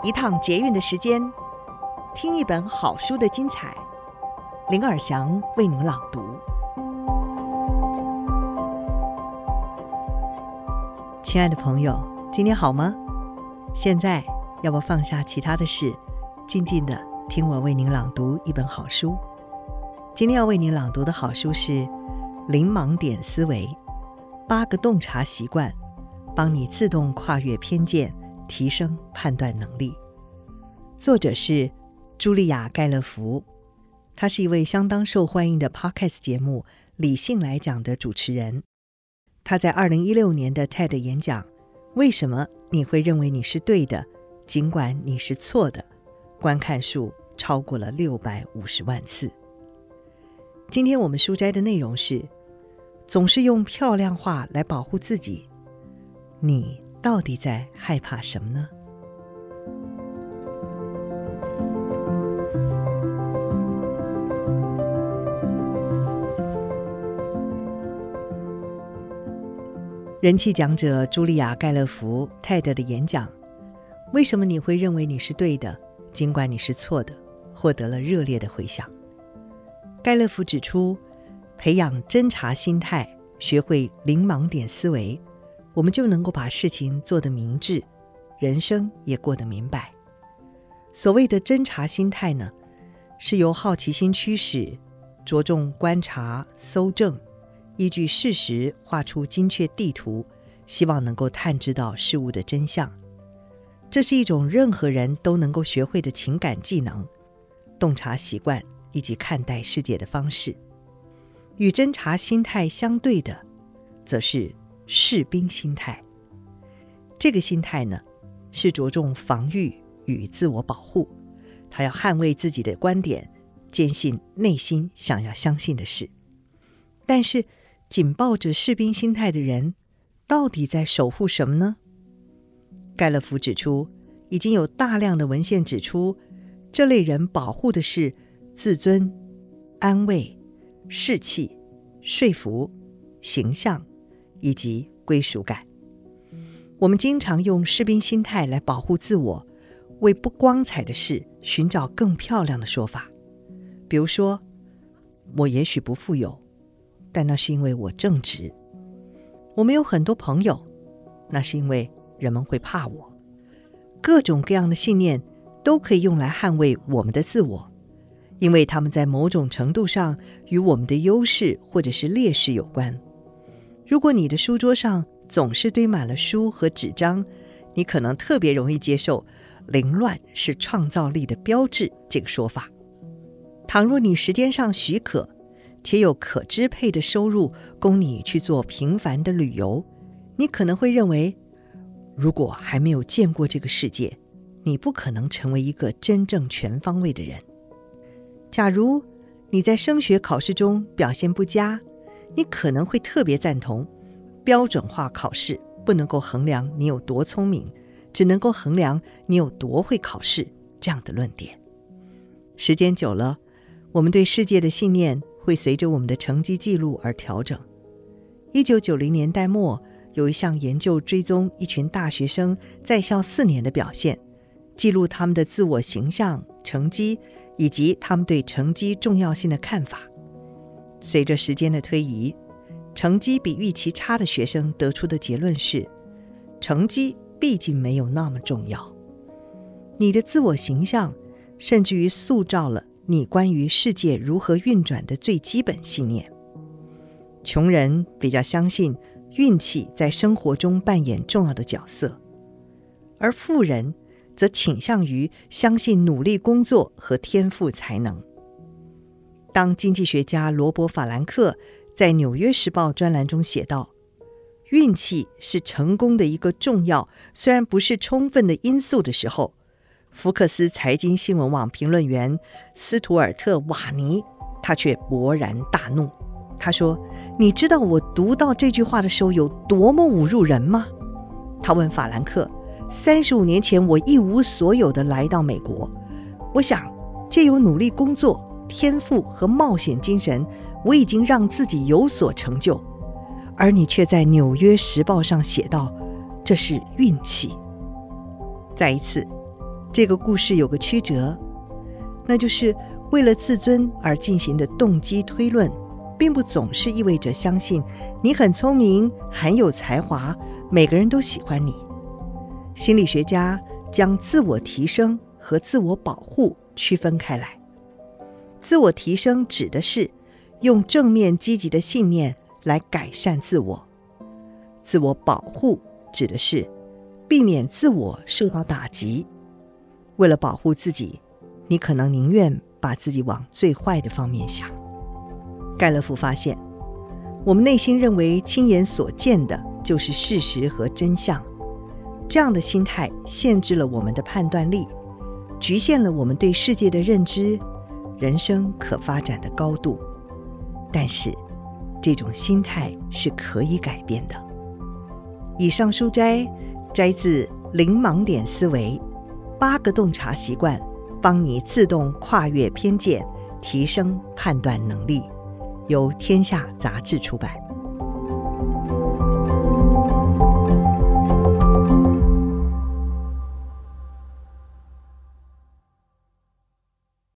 一趟捷运的时间，听一本好书的精彩。林尔祥为您朗读。亲爱的朋友，今天好吗？现在要不要放下其他的事，静静的听我为您朗读一本好书。今天要为您朗读的好书是《零盲点思维：8个洞察习惯》，帮你自动跨越偏见，提升判断能力。作者是茱莉亚·盖勒福，她是一位相当受欢迎的 Podcast 节目《理性来讲》的主持人。她在2016年的 TED 演讲《为什么你会认为你是对的，尽管你是错的》观看数超过了650万次。今天我们书摘的内容是：总是用漂亮话来保护自己，你到底在害怕什么呢？人气讲者茱莉亚·盖勒福 TED 的演讲《为什么你会认为你是对的，尽管你是错的》获得了热烈的回响。盖勒福指出，培养侦察心态，学会零盲点思维，我们就能够把事情做得明智，人生也过得明白。所谓的侦察心态呢，是由好奇心驱使，着重观察、搜证，依据事实画出精确地图，希望能够探知到事物的真相。这是一种任何人都能够学会的情感技能、洞察习惯以及看待世界的方式。与侦察心态相对的，则是士兵心态。这个心态呢，是着重防御与自我保护，他要捍卫自己的观点，坚信内心想要相信的事。但是紧抱着士兵心态的人，到底在守护什么呢？盖勒福指出，已经有大量的文献指出，这类人保护的是自尊、安慰、士气、说服、形象以及归属感。我们经常用士兵心态来保护自我，为不光彩的事寻找更漂亮的说法。比如说，我也许不富有，但那是因为我正直。我们有很多朋友，那是因为人们会怕我。各种各样的信念都可以用来捍卫我们的自我，因为他们在某种程度上与我们的优势或者是劣势有关。如果你的书桌上总是堆满了书和纸张，你可能特别容易接受凌乱是创造力的标志这个说法。倘若你时间上许可，且有可支配的收入供你去做平凡的旅游，你可能会认为，如果还没有见过这个世界，你不可能成为一个真正全方位的人。假如你在升学考试中表现不佳，你可能会特别赞同标准化考试不能够衡量你有多聪明，只能够衡量你有多会考试这样的论点。时间久了，我们对世界的信念会随着我们的成绩记录而调整。1990年代末，有一项研究追踪一群大学生在校4年的表现，记录他们的自我形象、成绩以及他们对成绩重要性的看法。随着时间的推移，成绩比预期差的学生得出的结论是，成绩毕竟没有那么重要。你的自我形象甚至于塑造了你关于世界如何运转的最基本信念。穷人比较相信运气在生活中扮演重要的角色，而富人则倾向于相信努力工作和天赋才能。当经济学家罗伯·法兰克在《纽约时报》专栏中写道，运气是成功的一个重要，虽然不是充分的因素的时候，福克斯财经新闻网评论员斯图尔特·瓦尼他却勃然大怒。他说，你知道我读到这句话的时候有多么侮辱人吗？他问法兰克，35年前我一无所有的来到美国，我想借由努力工作、天赋和冒险精神，我已经让自己有所成就，而你却在《纽约时报》上写道，这是运气。再一次， 这个故事有个曲折，那就是为了自尊而进行的动机推论，并不总是意味着相信你很聪明、很有才华，每个人都喜欢你。心理学家将自我提升和自我保护区分开来。自我提升指的是用正面积极的信念来改善自我，自我保护指的是避免自我受到打击。为了保护自己，你可能宁愿把自己往最坏的方面想。盖勒夫发现，我们内心认为亲眼所见的就是事实和真相，这样的心态限制了我们的判断力，局限了我们对世界的认知，人生可发展的高度。但是这种心态是可以改变的。以上书摘自零盲点思维，8个洞察习惯，帮你自动跨越偏见，提升判断能力。由天下杂志出版。